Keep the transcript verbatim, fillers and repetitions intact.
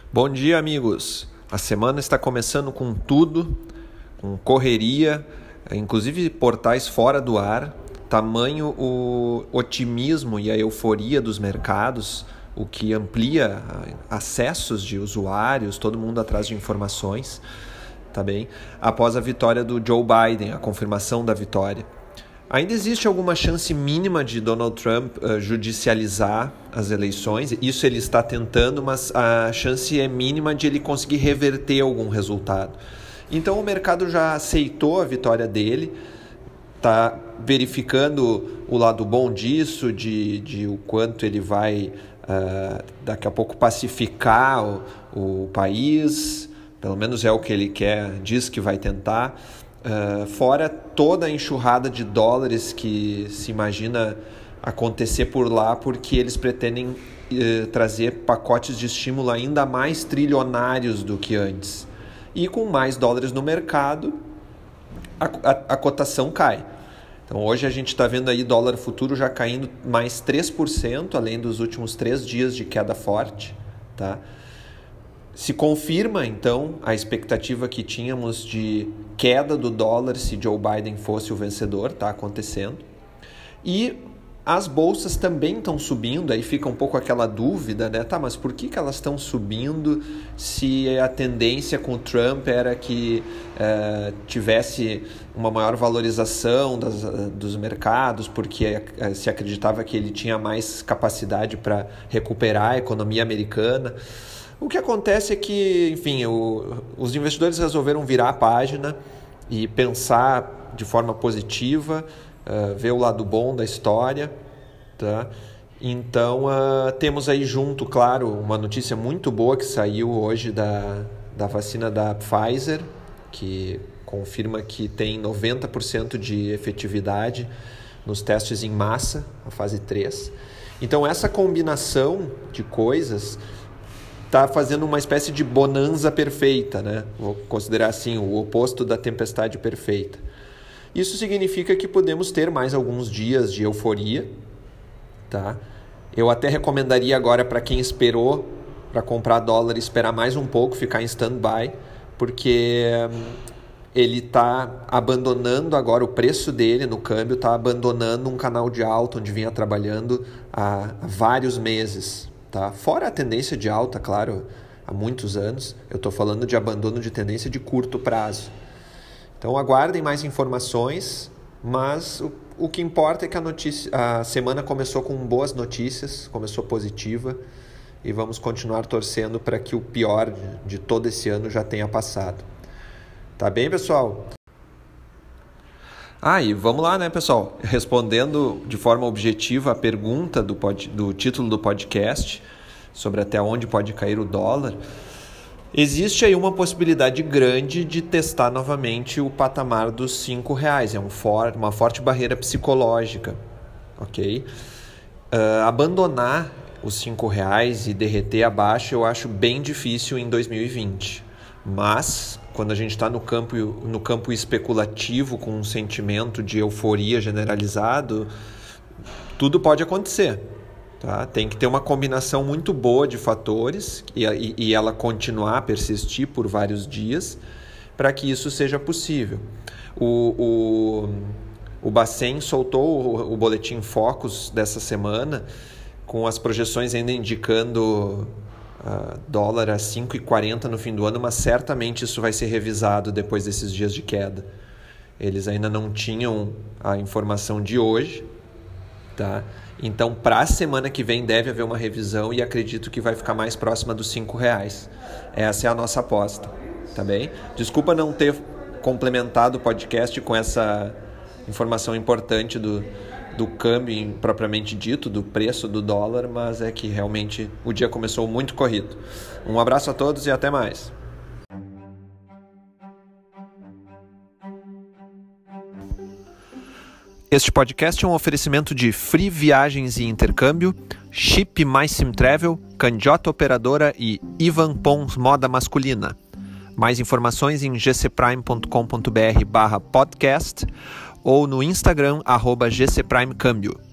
Bom dia, amigos! A semana está começando com tudo, com correria, inclusive portais fora do ar, tamanho o otimismo e a euforia dos mercados, o que amplia acessos de usuários, todo mundo atrás de informações, tá bem? Após a vitória do Joe Biden, a confirmação da vitória. Ainda existe alguma chance mínima de Donald Trump uh, judicializar as eleições. Isso ele está tentando, mas a chance é mínima de ele conseguir reverter algum resultado. Então o mercado já aceitou a vitória dele, está verificando o lado bom disso, de, de o quanto ele vai uh, daqui a pouco pacificar o, o país, pelo menos é o que ele quer, diz que vai tentar. Uh, fora toda a enxurrada de dólares que se imagina acontecer por lá, porque eles pretendem uh, trazer pacotes de estímulo ainda mais trilionários do que antes. E com mais dólares no mercado, a, a, a cotação cai. Então hoje a gente está vendo aí dólar futuro já caindo mais três por cento, além dos últimos três dias de queda forte, tá? Se confirma, então, a expectativa que tínhamos de queda do dólar se Joe Biden fosse o vencedor, está acontecendo. E as bolsas também estão subindo, aí fica um pouco aquela dúvida, né? Tá, mas por que, que elas estão subindo se a tendência com o Trump era que eh, tivesse uma maior valorização das, dos mercados, porque eh, se acreditava que ele tinha mais capacidade para recuperar a economia americana? O que acontece é que, enfim, o, os investidores resolveram virar a página e pensar de forma positiva, uh, ver o lado bom da história, tá? Então, uh, temos aí junto, claro, uma notícia muito boa que saiu hoje da, da vacina da Pfizer, que confirma que tem noventa por cento de efetividade nos testes em massa, a fase três. Então, essa combinação de coisas está fazendo uma espécie de bonança perfeita, né? Vou considerar assim, o oposto da tempestade perfeita. Isso significa que podemos ter mais alguns dias de euforia, tá? Eu até recomendaria agora para quem esperou para comprar dólar, esperar mais um pouco, ficar em stand-by, porque ele está abandonando agora, o preço dele no câmbio está abandonando um canal de alta onde vinha trabalhando há, há vários meses. Tá? Fora a tendência de alta, claro, há muitos anos, eu estou falando de abandono de tendência de curto prazo. Então aguardem mais informações, mas o, o que importa é que a, notícia, a semana começou com boas notícias, começou positiva, e vamos continuar torcendo para que o pior de, de todo esse ano já tenha passado. Tá bem, pessoal? Ah, e vamos lá, né, pessoal? Respondendo de forma objetiva a pergunta do, pod, do título do podcast sobre até onde pode cair o dólar, existe aí uma possibilidade grande de testar novamente o patamar dos cinco reais. É um for, uma forte barreira psicológica, ok? Uh, abandonar os cinco reais e derreter abaixo eu acho bem difícil em dois mil e vinte, mas quando a gente está no campo, no campo especulativo, com um sentimento de euforia generalizado, tudo pode acontecer. Tá? Tem que ter uma combinação muito boa de fatores e, e, e ela continuar a persistir por vários dias para que isso seja possível. O, o, o Bacen soltou o, o boletim Focus dessa semana com as projeções ainda indicando Uh, dólar a cinco e quarenta no fim do ano, mas certamente isso vai ser revisado depois desses dias de queda. Eles ainda não tinham a informação de hoje, tá? Então para a semana que vem deve haver uma revisão e acredito que vai ficar mais próxima dos cinco reais. Essa é a nossa aposta, tá bem? Desculpa não ter complementado o podcast com essa informação importante do do câmbio propriamente dito, do preço do dólar, mas é que realmente o dia começou muito corrido. Um abraço a todos e até mais. Este podcast é um oferecimento de Free Viagens e Intercâmbio, Chip Mais Sim Travel, Candiota Operadora e Ivan Pons Moda Masculina. Mais informações em gcprime.com.br barra podcast ou no Instagram, arroba gcprimecâmbio.